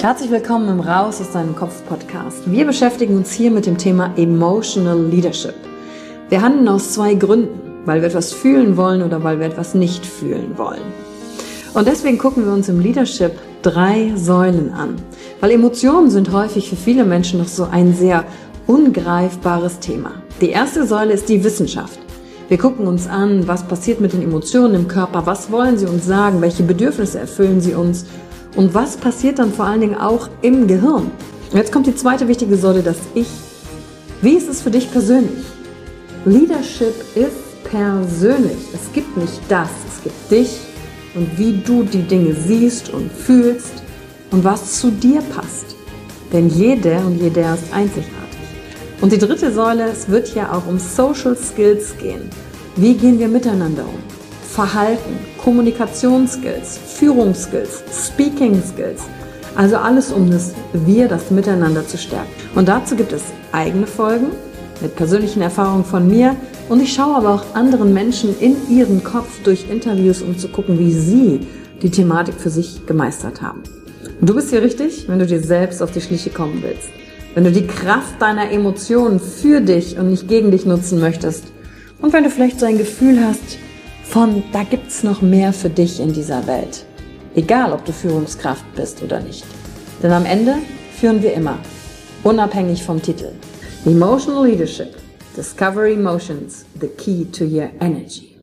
Herzlich willkommen im Raus aus deinem Kopf Podcast. Wir beschäftigen uns hier mit dem Thema Emotional Leadership. Wir handeln aus zwei Gründen, weil wir etwas fühlen wollen oder weil wir etwas nicht fühlen wollen. Und deswegen gucken wir uns im Leadership 3 Säulen an, weil Emotionen sind häufig für viele Menschen noch so ein sehr ungreifbares Thema. Die erste Säule ist die Wissenschaft. Wir gucken uns an, was passiert mit den Emotionen im Körper, was wollen sie uns sagen, welche Bedürfnisse erfüllen sie uns und was passiert dann vor allen Dingen auch im Gehirn. Und jetzt kommt die zweite wichtige Säule, das Ich. Wie ist es für dich persönlich? Leadership ist persönlich. Es gibt nicht das, es gibt dich und wie du die Dinge siehst und fühlst und was zu dir passt. Denn jede und jeder ist einzigartig. Und die dritte Säule, es wird ja auch um Social Skills gehen. Wie gehen wir miteinander um? Verhalten, Kommunikationsskills, Führungsskills, Speaking Skills. Also alles um das Miteinander zu stärken. Und dazu gibt es eigene Folgen mit persönlichen Erfahrungen von mir. Und ich schaue aber auch anderen Menschen in ihren Kopf durch Interviews, um zu gucken, wie sie die Thematik für sich gemeistert haben. Und du bist hier richtig, wenn du dir selbst auf die Schliche kommen willst. Wenn du die Kraft deiner Emotionen für dich und nicht gegen dich nutzen möchtest. Und wenn du vielleicht so ein Gefühl hast, da gibt's noch mehr für dich in dieser Welt. Egal, ob du Führungskraft bist oder nicht. Denn am Ende führen wir immer, unabhängig vom Titel. Emotional Leadership. Discover Emotions, the key to your energy.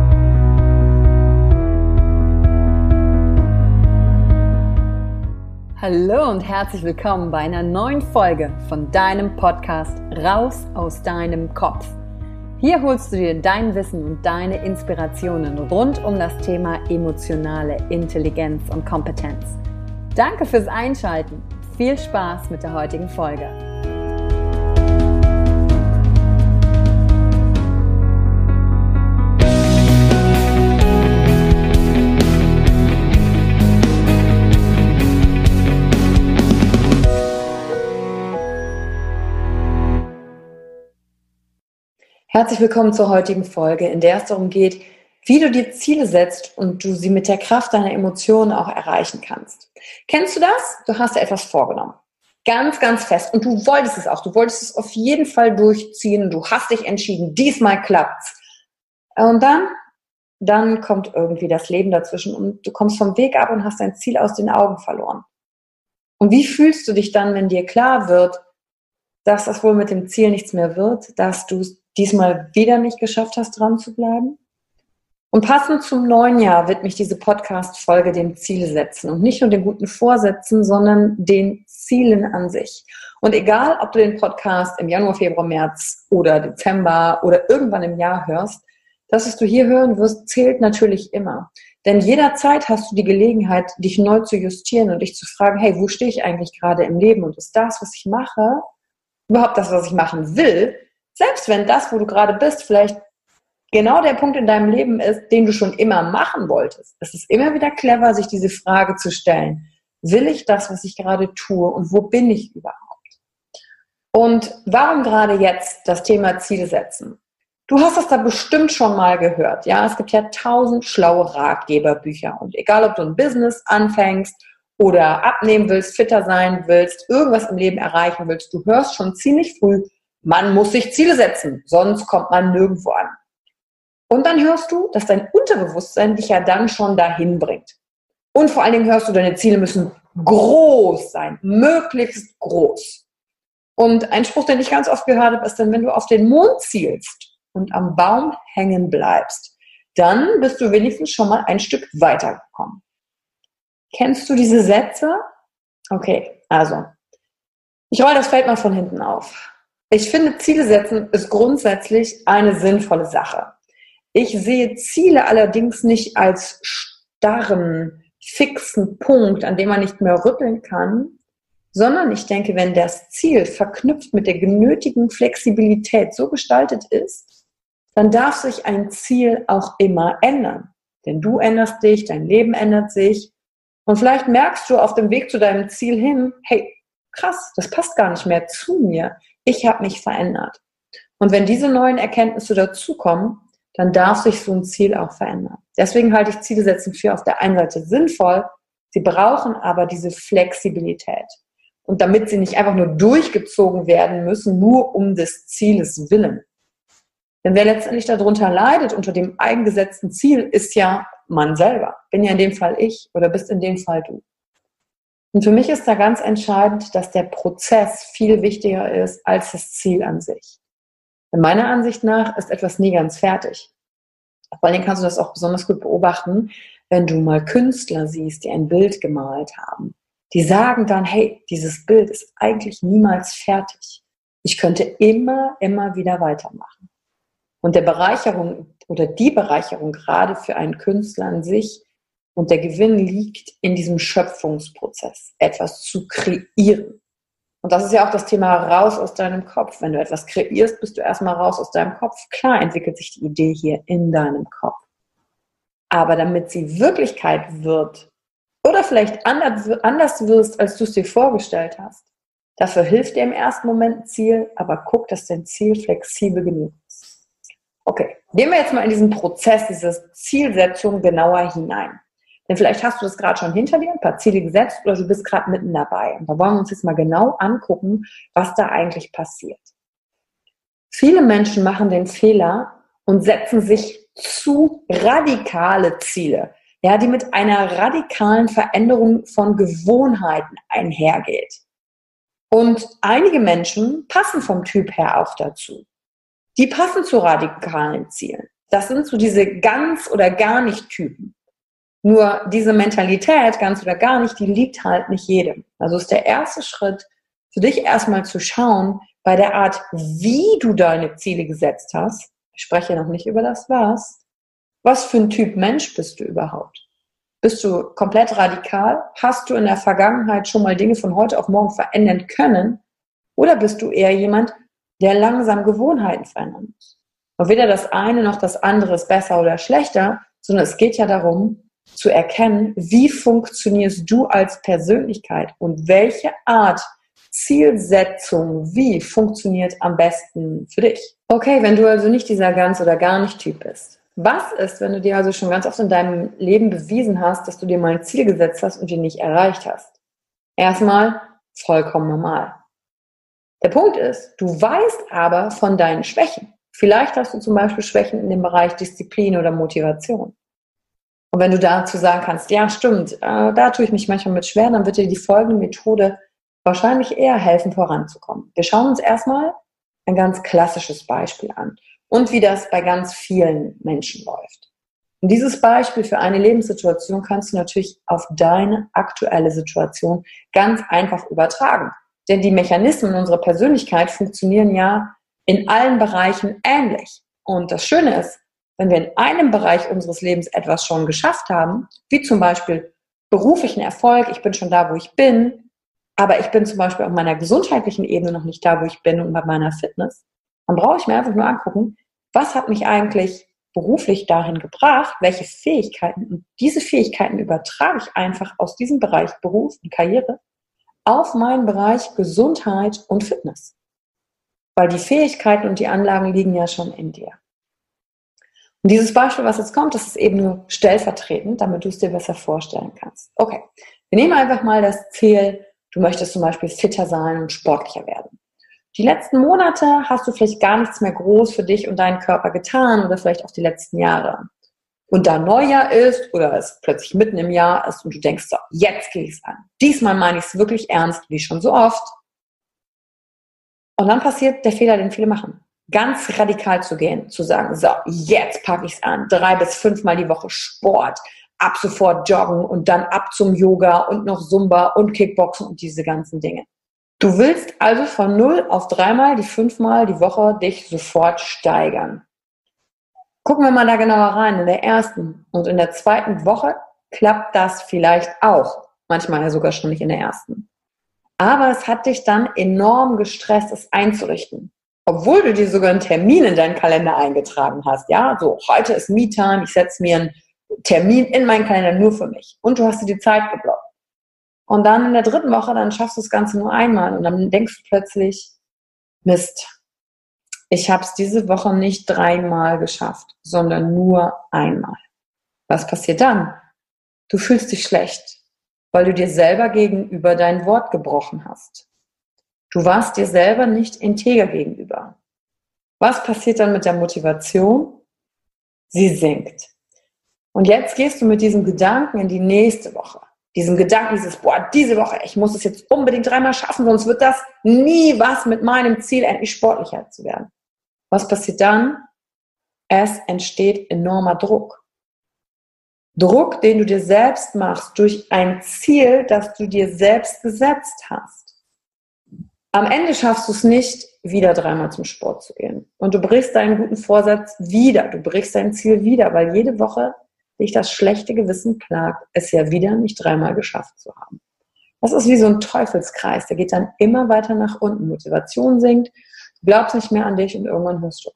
Hallo und herzlich willkommen bei einer neuen Folge von deinem Podcast Raus aus deinem Kopf. Hier holst du dir dein Wissen und deine Inspirationen rund um das Thema emotionale Intelligenz und Kompetenz. Danke fürs Einschalten. Viel Spaß mit der heutigen Folge. Herzlich willkommen zur heutigen Folge, in der es darum geht, wie du dir Ziele setzt und du sie mit der Kraft deiner Emotionen auch erreichen kannst. Kennst du das? Du hast dir etwas vorgenommen. Ganz, ganz fest. Und du wolltest es auch. Du wolltest es auf jeden Fall durchziehen. Du hast dich entschieden, diesmal klappt's. Und dann kommt irgendwie das Leben dazwischen und du kommst vom Weg ab und hast dein Ziel aus den Augen verloren. Und wie fühlst du dich dann, wenn dir klar wird, dass das wohl mit dem Ziel nichts mehr wird, dass du es diesmal wieder nicht geschafft hast, dran zu bleiben? Und passend zum neuen Jahr widme ich diese Podcast-Folge dem Ziel setzen und nicht nur den guten Vorsätzen, sondern den Zielen an sich. Und egal, ob du den Podcast im Januar, Februar, März oder Dezember oder irgendwann im Jahr hörst, das, was du hier hören wirst, zählt natürlich immer. Denn jederzeit hast du die Gelegenheit, dich neu zu justieren und dich zu fragen, hey, wo stehe ich eigentlich gerade im Leben? Und ist das, was ich mache, überhaupt das, was ich machen will? Selbst wenn das, wo du gerade bist, vielleicht genau der Punkt in deinem Leben ist, den du schon immer machen wolltest. Es ist immer wieder clever, sich diese Frage zu stellen. Will ich das, was ich gerade tue? Und wo bin ich überhaupt? Und warum gerade jetzt das Thema Ziele setzen? Du hast das da bestimmt schon mal gehört. Ja, es gibt ja 1000 schlaue Ratgeberbücher. Und egal, ob du ein Business anfängst oder abnehmen willst, fitter sein willst, irgendwas im Leben erreichen willst, du hörst schon ziemlich früh, man muss sich Ziele setzen, sonst kommt man nirgendwo an. Und dann hörst du, dass dein Unterbewusstsein dich ja dann schon dahin bringt. Und vor allen Dingen hörst du, deine Ziele müssen groß sein, möglichst groß. Und ein Spruch, den ich ganz oft gehört habe, ist dann, wenn du auf den Mond zielst und am Baum hängen bleibst, dann bist du wenigstens schon mal ein Stück weitergekommen. Kennst du diese Sätze? Okay, also, ich rolle das Feld mal von hinten auf. Ich finde, Ziele setzen ist grundsätzlich eine sinnvolle Sache. Ich sehe Ziele allerdings nicht als starren, fixen Punkt, an dem man nicht mehr rütteln kann, sondern ich denke, wenn das Ziel verknüpft mit der genötigen Flexibilität so gestaltet ist, dann darf sich ein Ziel auch immer ändern. Denn du änderst dich, dein Leben ändert sich und vielleicht merkst du auf dem Weg zu deinem Ziel hin, hey, krass, das passt gar nicht mehr zu mir. Ich habe mich verändert. Und wenn diese neuen Erkenntnisse dazukommen, dann darf sich so ein Ziel auch verändern. Deswegen halte ich Ziele setzen für auf der einen Seite sinnvoll, Sie brauchen aber diese Flexibilität. Und damit sie nicht einfach nur durchgezogen werden müssen, nur um des Zieles willen. Denn wer letztendlich darunter leidet, unter dem eingesetzten Ziel, ist ja man selber. Bin ja in dem Fall ich oder bist in dem Fall du. Und für mich ist da ganz entscheidend, dass der Prozess viel wichtiger ist als das Ziel an sich. Denn meiner Ansicht nach ist etwas nie ganz fertig. Vor allem kannst du das auch besonders gut beobachten, wenn du mal Künstler siehst, die ein Bild gemalt haben. Die sagen dann, hey, dieses Bild ist eigentlich niemals fertig. Ich könnte immer wieder weitermachen. Und der Bereicherung oder die Bereicherung gerade für einen Künstler an sich und der Gewinn liegt in diesem Schöpfungsprozess, etwas zu kreieren. Und das ist ja auch das Thema raus aus deinem Kopf. Wenn du etwas kreierst, bist du erstmal raus aus deinem Kopf. Klar entwickelt sich die Idee hier in deinem Kopf. Aber damit sie Wirklichkeit wird oder vielleicht anders wirst, als du es dir vorgestellt hast, dafür hilft dir im ersten Moment ein Ziel, aber guck, dass dein Ziel flexibel genug ist. Okay, gehen wir jetzt mal in diesen Prozess, diese Zielsetzung genauer hinein. Denn vielleicht hast du das gerade schon hinter dir, ein paar Ziele gesetzt oder du bist gerade mitten dabei. Und da wollen wir uns jetzt mal genau angucken, was da eigentlich passiert. Viele Menschen machen den Fehler und setzen sich zu radikale Ziele, ja, die mit einer radikalen Veränderung von Gewohnheiten einhergeht. Und einige Menschen passen vom Typ her auch dazu. Die passen zu radikalen Zielen. Das sind so diese ganz oder gar nicht Typen. Nur diese Mentalität, ganz oder gar nicht, die liegt halt nicht jedem. Also ist der erste Schritt für dich erstmal zu schauen, bei der Art, wie du deine Ziele gesetzt hast, ich spreche noch nicht über das was für ein Typ Mensch bist du überhaupt? Bist du komplett radikal? Hast du in der Vergangenheit schon mal Dinge von heute auf morgen verändern können? Oder bist du eher jemand, der langsam Gewohnheiten verändern muss? Und weder das eine noch das andere ist besser oder schlechter, sondern es geht ja darum, zu erkennen, wie funktionierst du als Persönlichkeit und welche Art Zielsetzung, wie funktioniert am besten für dich. Okay, wenn du also nicht dieser ganz oder gar nicht Typ bist. Was ist, wenn du dir also schon ganz oft in deinem Leben bewiesen hast, dass du dir mal ein Ziel gesetzt hast und ihn nicht erreicht hast? Erstmal vollkommen normal. Der Punkt ist, du weißt aber von deinen Schwächen. Vielleicht hast du zum Beispiel Schwächen in dem Bereich Disziplin oder Motivation. Und wenn du dazu sagen kannst, ja stimmt, da tue ich mich manchmal mit schwer, dann wird dir die folgende Methode wahrscheinlich eher helfen, voranzukommen. Wir schauen uns erstmal ein ganz klassisches Beispiel an und wie das bei ganz vielen Menschen läuft. Und dieses Beispiel für eine Lebenssituation kannst du natürlich auf deine aktuelle Situation ganz einfach übertragen. Denn die Mechanismen unserer Persönlichkeit funktionieren ja in allen Bereichen ähnlich. Und das Schöne ist, wenn wir in einem Bereich unseres Lebens etwas schon geschafft haben, wie zum Beispiel beruflichen Erfolg, ich bin schon da, wo ich bin, aber ich bin zum Beispiel auf meiner gesundheitlichen Ebene noch nicht da, wo ich bin und bei meiner Fitness, dann brauche ich mir einfach nur angucken, was hat mich eigentlich beruflich dahin gebracht, welche Fähigkeiten, und diese Fähigkeiten übertrage ich einfach aus diesem Bereich Beruf und Karriere auf meinen Bereich Gesundheit und Fitness. Weil die Fähigkeiten und die Anlagen liegen ja schon in dir. Und dieses Beispiel, was jetzt kommt, das ist eben nur stellvertretend, damit du es dir besser vorstellen kannst. Okay, wir nehmen einfach mal das Ziel, du möchtest zum Beispiel fitter sein und sportlicher werden. Die letzten Monate hast du vielleicht gar nichts mehr groß für dich und deinen Körper getan oder vielleicht auch die letzten Jahre. Und da Neujahr ist oder es plötzlich mitten im Jahr ist und du denkst, so, jetzt gehe ich es an. Diesmal meine ich es wirklich ernst, wie schon so oft. Und dann passiert der Fehler, den viele machen. Ganz radikal zu gehen, zu sagen, so, jetzt packe ich es an. 3 bis 5 Mal die Woche Sport, ab sofort joggen und dann ab zum Yoga und noch Zumba und Kickboxen und diese ganzen Dinge. Du willst also von 0 auf 3 Mal, die 5 Mal die Woche dich sofort steigern. Gucken wir mal da genauer rein. In der ersten und in der zweiten Woche klappt das vielleicht auch. Manchmal ja sogar schon nicht in der ersten. Aber es hat dich dann enorm gestresst, es einzurichten. Obwohl du dir sogar einen Termin in deinen Kalender eingetragen hast. Ja, so, heute ist Me-Time, ich setze mir einen Termin in meinen Kalender nur für mich. Und du hast dir die Zeit geblockt. Und dann in der 3. Woche, dann schaffst du das Ganze nur einmal. Und dann denkst du plötzlich, Mist, ich habe es diese Woche nicht 3 Mal geschafft, sondern nur einmal. Was passiert dann? Du fühlst dich schlecht, weil du dir selber gegenüber dein Wort gebrochen hast. Du warst dir selber nicht integer gegenüber. Was passiert dann mit der Motivation? Sie sinkt. Und jetzt gehst du mit diesem Gedanken in die nächste Woche. Diesem Gedanken, diese Woche, ich muss es jetzt unbedingt 3-mal schaffen, sonst wird das nie was mit meinem Ziel, endlich sportlicher zu werden. Was passiert dann? Es entsteht enormer Druck. Druck, den du dir selbst machst, durch ein Ziel, das du dir selbst gesetzt hast. Am Ende schaffst du es nicht, wieder 3-mal zum Sport zu gehen. Und du brichst deinen guten Vorsatz wieder. Du brichst dein Ziel wieder, weil jede Woche dich das schlechte Gewissen plagt, es ja wieder nicht 3-mal geschafft zu haben. Das ist wie so ein Teufelskreis, der geht dann immer weiter nach unten. Motivation sinkt, du glaubst nicht mehr an dich und irgendwann hörst du.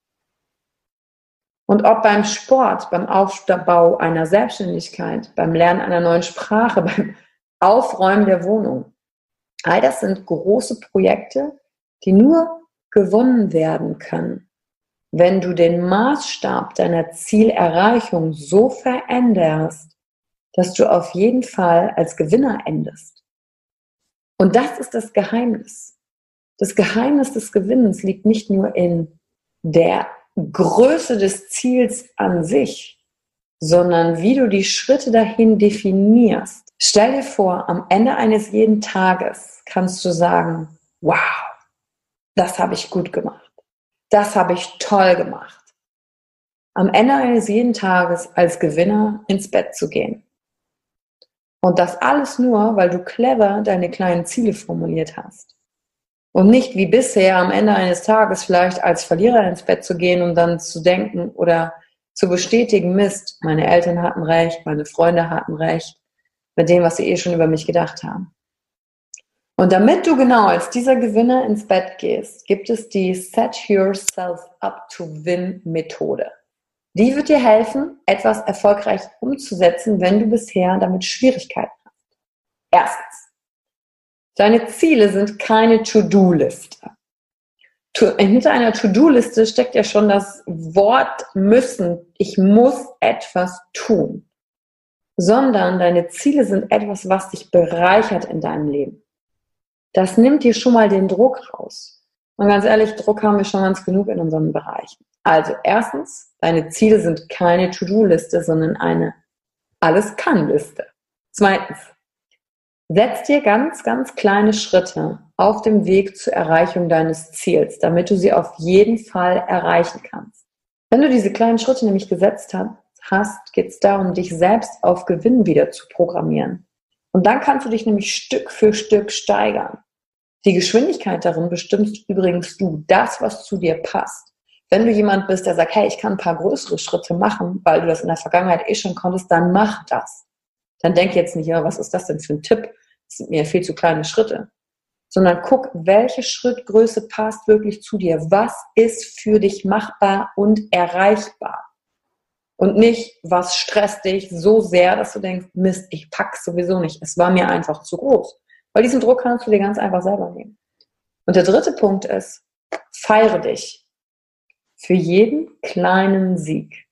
Und ob beim Sport, beim Aufbau einer Selbstständigkeit, beim Lernen einer neuen Sprache, beim Aufräumen der Wohnung, all das sind große Projekte, die nur gewonnen werden können, wenn du den Maßstab deiner Zielerreichung so veränderst, dass du auf jeden Fall als Gewinner endest. Und das ist das Geheimnis. Das Geheimnis des Gewinnens liegt nicht nur in der Größe des Ziels an sich, sondern wie du die Schritte dahin definierst. Stell dir vor, am Ende eines jeden Tages kannst du sagen, wow, das habe ich gut gemacht. Das habe ich toll gemacht. Am Ende eines jeden Tages als Gewinner ins Bett zu gehen. Und das alles nur, weil du clever deine kleinen Ziele formuliert hast. Und nicht wie bisher am Ende eines Tages vielleicht als Verlierer ins Bett zu gehen und dann zu denken oder zu bestätigen, Mist, meine Eltern hatten recht, meine Freunde hatten recht, mit dem, was sie schon über mich gedacht haben. Und damit du genau als dieser Gewinner ins Bett gehst, gibt es die Set Yourself Up to Win Methode. Die wird dir helfen, etwas erfolgreich umzusetzen, wenn du bisher damit Schwierigkeiten hast. Erstens, deine Ziele sind keine To-Do-Liste. Hinter einer To-Do-Liste steckt ja schon das Wort müssen. Ich muss etwas tun. Sondern deine Ziele sind etwas, was dich bereichert in deinem Leben. Das nimmt dir schon mal den Druck raus. Und ganz ehrlich, Druck haben wir schon ganz genug in unseren Bereichen. Also erstens, deine Ziele sind keine To-Do-Liste, sondern eine Alles-Kann-Liste. Zweitens, setz dir ganz, ganz kleine Schritte auf dem Weg zur Erreichung deines Ziels, damit du sie auf jeden Fall erreichen kannst. Wenn du diese kleinen Schritte nämlich gesetzt hast, geht es darum, dich selbst auf Gewinn wieder zu programmieren. Und dann kannst du dich nämlich Stück für Stück steigern. Die Geschwindigkeit darin bestimmst übrigens du, das, was zu dir passt. Wenn du jemand bist, der sagt, hey, ich kann ein paar größere Schritte machen, weil du das in der Vergangenheit schon konntest, dann mach das. Dann denk jetzt nicht, ja, was ist das denn für ein Tipp? Das sind mir viel zu kleine Schritte. Sondern guck, welche Schrittgröße passt wirklich zu dir. Was ist für dich machbar und erreichbar? Und nicht, was stresst dich so sehr, dass du denkst, Mist, ich pack's sowieso nicht. Es war mir einfach zu groß. Weil diesen Druck kannst du dir ganz einfach selber nehmen. Und der dritte Punkt ist, feiere dich für jeden kleinen Sieg.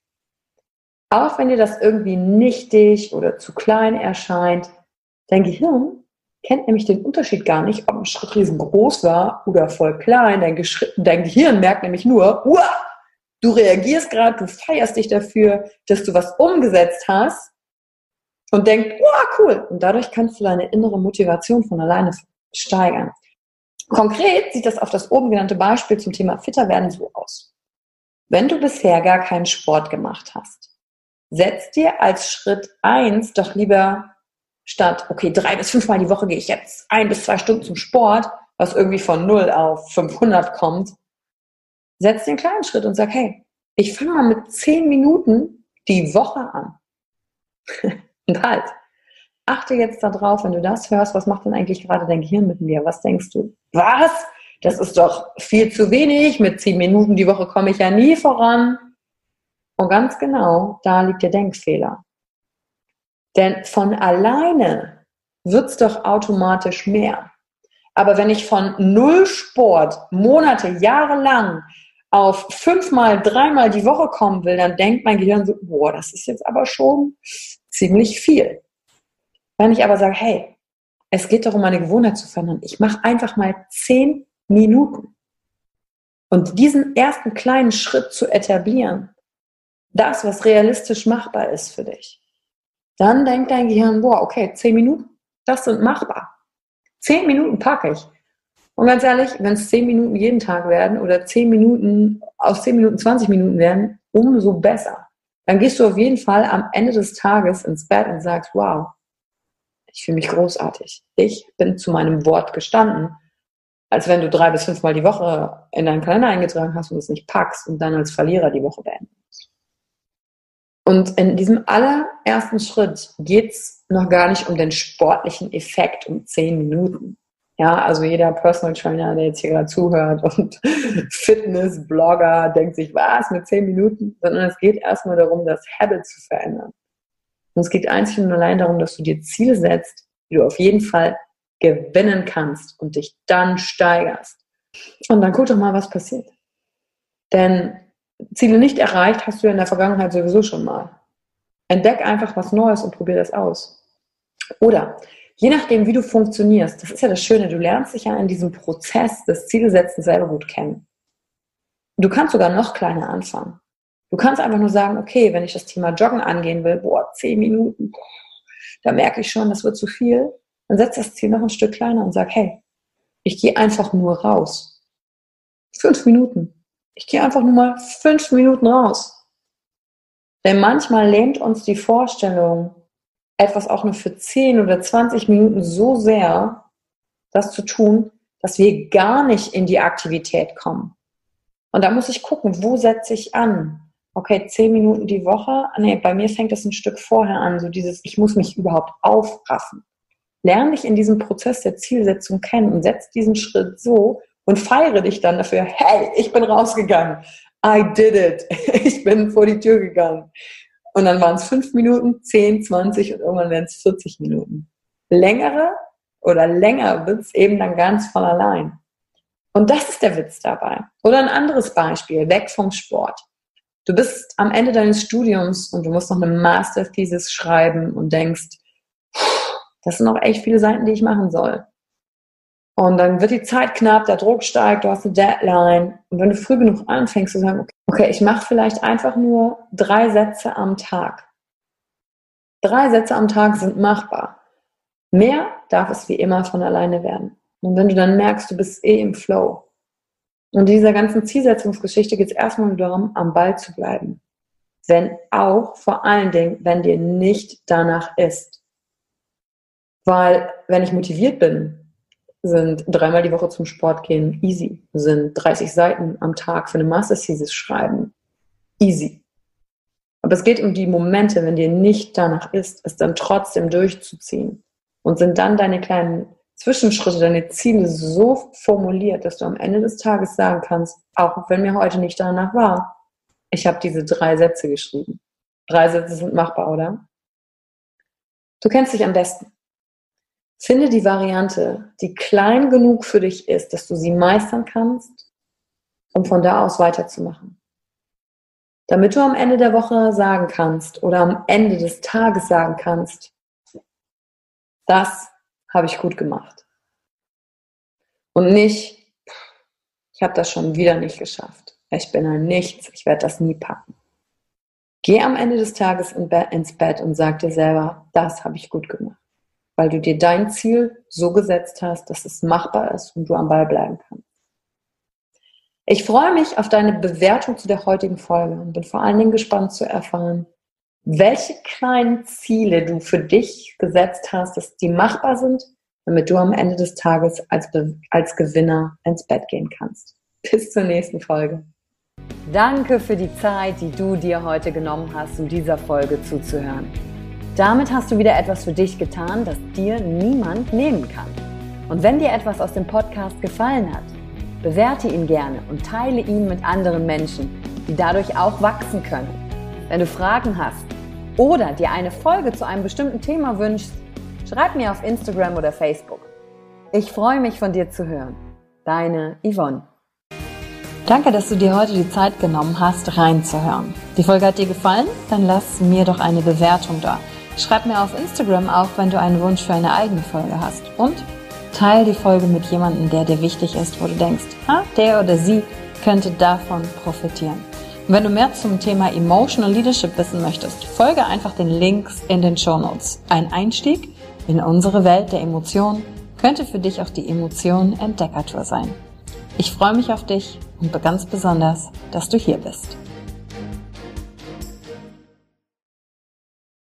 Auch wenn dir das irgendwie nichtig oder zu klein erscheint, dein Gehirn kennt nämlich den Unterschied gar nicht, ob ein Schritt riesengroß war oder voll klein. Dein Gehirn merkt nämlich nur, uah, du reagierst gerade, du feierst dich dafür, dass du was umgesetzt hast und denkst, wow, cool. Und dadurch kannst du deine innere Motivation von alleine steigern. Konkret sieht das auf das oben genannte Beispiel zum Thema fitter werden so aus. Wenn du bisher gar keinen Sport gemacht hast, setz dir als Schritt 1 doch lieber statt, okay, 3 bis 5 Mal die Woche gehe ich jetzt 1 bis 2 Stunden zum Sport, was irgendwie von 0 auf 500 kommt, setz den kleinen Schritt und sag, hey, ich fange mal mit 10 Minuten die Woche an. Und halt, achte jetzt darauf, wenn du das hörst, was macht denn eigentlich gerade dein Gehirn mit mir? Was denkst du? Was? Das ist doch viel zu wenig. Mit 10 Minuten die Woche komme ich ja nie voran. Und ganz genau, da liegt der Denkfehler. Denn von alleine wird es doch automatisch mehr. Aber wenn ich von 0 Sport Monate, Jahre lang auf 5-mal, 3-mal die Woche kommen will, dann denkt mein Gehirn so, boah, das ist jetzt aber schon ziemlich viel. Wenn ich aber sage, hey, es geht darum, eine Gewohnheit zu verändern. Ich mache einfach mal 10 Minuten. Und diesen ersten kleinen Schritt zu etablieren, das, was realistisch machbar ist für dich, dann denkt dein Gehirn, boah, okay, 10 Minuten, das sind machbar. 10 Minuten packe ich. Und ganz ehrlich, wenn es 10 Minuten jeden Tag werden oder 10 Minuten, aus 10 Minuten 20 Minuten werden, umso besser. Dann gehst du auf jeden Fall am Ende des Tages ins Bett und sagst, wow, ich fühle mich großartig. Ich bin zu meinem Wort gestanden. Als wenn du 3 bis 5 Mal die Woche in deinen Kalender eingetragen hast und es nicht packst und dann als Verlierer die Woche beendest. Und in diesem allerersten Schritt geht es noch gar nicht um den sportlichen Effekt um 10 Minuten. Ja, also jeder Personal Trainer, der jetzt hier gerade zuhört und Fitness-Blogger denkt sich, was, mit 10 Minuten? Sondern es geht erstmal darum, das Habit zu verändern. Und es geht einzig und allein darum, dass du dir Ziele setzt, die du auf jeden Fall gewinnen kannst und dich dann steigerst. Und dann guck doch mal, was passiert. Denn Ziele nicht erreicht, hast du ja in der Vergangenheit sowieso schon mal. Entdeck einfach was Neues und probier das aus. Oder, je nachdem, wie du funktionierst, das ist ja das Schöne, du lernst dich ja in diesem Prozess des Zielsetzens selber gut kennen. Du kannst sogar noch kleiner anfangen. Du kannst einfach nur sagen, okay, wenn ich das Thema Joggen angehen will, 10 Minuten, da merke ich schon, das wird zu viel. Dann setz das Ziel noch ein Stück kleiner und sag, hey, ich gehe einfach nur raus. 5 Minuten. Ich gehe einfach nur mal 5 Minuten raus. Denn manchmal lähmt uns die Vorstellung, etwas auch nur für 10 oder 20 Minuten so sehr, das zu tun, dass wir gar nicht in die Aktivität kommen. Und da muss ich gucken, wo setze ich an? Okay, 10 Minuten die Woche. Nee, bei mir fängt das ein Stück vorher an. So dieses, ich muss mich überhaupt aufraffen. Lerne dich in diesem Prozess der Zielsetzung kennen und setz diesen Schritt so und feiere dich dann dafür, hey, ich bin rausgegangen. I did it. Ich bin vor die Tür gegangen. Und dann waren es 5 Minuten, 10, 20 und irgendwann werden es 40 Minuten. Länger wird es eben dann ganz von allein. Und das ist der Witz dabei. Oder ein anderes Beispiel, weg vom Sport. Du bist am Ende deines Studiums und du musst noch eine Masterthesis schreiben und denkst, das sind noch echt viele Seiten, die ich machen soll. Und dann wird die Zeit knapp, der Druck steigt, du hast eine Deadline. Und wenn du früh genug anfängst zu sagen, okay, ich mache vielleicht einfach nur 3 Sätze am Tag. 3 Sätze am Tag sind machbar. Mehr darf es wie immer von alleine werden. Und wenn du dann merkst, du bist im Flow. Und in dieser ganzen Zielsetzungsgeschichte geht es erstmal nur darum, am Ball zu bleiben. Vor allen Dingen, wenn dir nicht danach ist. Weil, wenn ich motiviert bin, sind 3-mal die Woche zum Sport gehen easy. Sind 30 Seiten am Tag für eine Masterthesis schreiben easy. Aber es geht um die Momente, wenn dir nicht danach ist, es dann trotzdem durchzuziehen. Und sind dann deine kleinen Zwischenschritte, deine Ziele so formuliert, dass du am Ende des Tages sagen kannst, auch wenn mir heute nicht danach war, ich habe diese 3 Sätze geschrieben. 3 Sätze sind machbar, oder? Du kennst dich am besten. Finde die Variante, die klein genug für dich ist, dass du sie meistern kannst, um von da aus weiterzumachen. Damit du am Ende der Woche sagen kannst oder am Ende des Tages sagen kannst, das habe ich gut gemacht. Und nicht, ich habe das schon wieder nicht geschafft. Ich bin ein Nichts, ich werde das nie packen. Geh am Ende des Tages ins Bett und sag dir selber, das habe ich gut gemacht. Weil du dir dein Ziel so gesetzt hast, dass es machbar ist und du am Ball bleiben kannst. Ich freue mich auf deine Bewertung zu der heutigen Folge und bin vor allen Dingen gespannt zu erfahren, welche kleinen Ziele du für dich gesetzt hast, dass die machbar sind, damit du am Ende des Tages als Gewinner ins Bett gehen kannst. Bis zur nächsten Folge. Danke für die Zeit, die du dir heute genommen hast, um dieser Folge zuzuhören. Damit hast du wieder etwas für dich getan, das dir niemand nehmen kann. Und wenn dir etwas aus dem Podcast gefallen hat, bewerte ihn gerne und teile ihn mit anderen Menschen, die dadurch auch wachsen können. Wenn du Fragen hast oder dir eine Folge zu einem bestimmten Thema wünschst, schreib mir auf Instagram oder Facebook. Ich freue mich, von dir zu hören. Deine Yvonne. Danke, dass du dir heute die Zeit genommen hast, reinzuhören. Die Folge hat dir gefallen? Dann lass mir doch eine Bewertung da. Schreib mir auf Instagram auch, wenn du einen Wunsch für eine eigene Folge hast. Und teile die Folge mit jemandem, der dir wichtig ist, wo du denkst, der oder sie könnte davon profitieren. Und wenn du mehr zum Thema Emotional Leadership wissen möchtest, folge einfach den Links in den Shownotes. Ein Einstieg in unsere Welt der Emotionen könnte für dich auch die Emotionen-Entdeckertour sein. Ich freue mich auf dich und ganz besonders, dass du hier bist.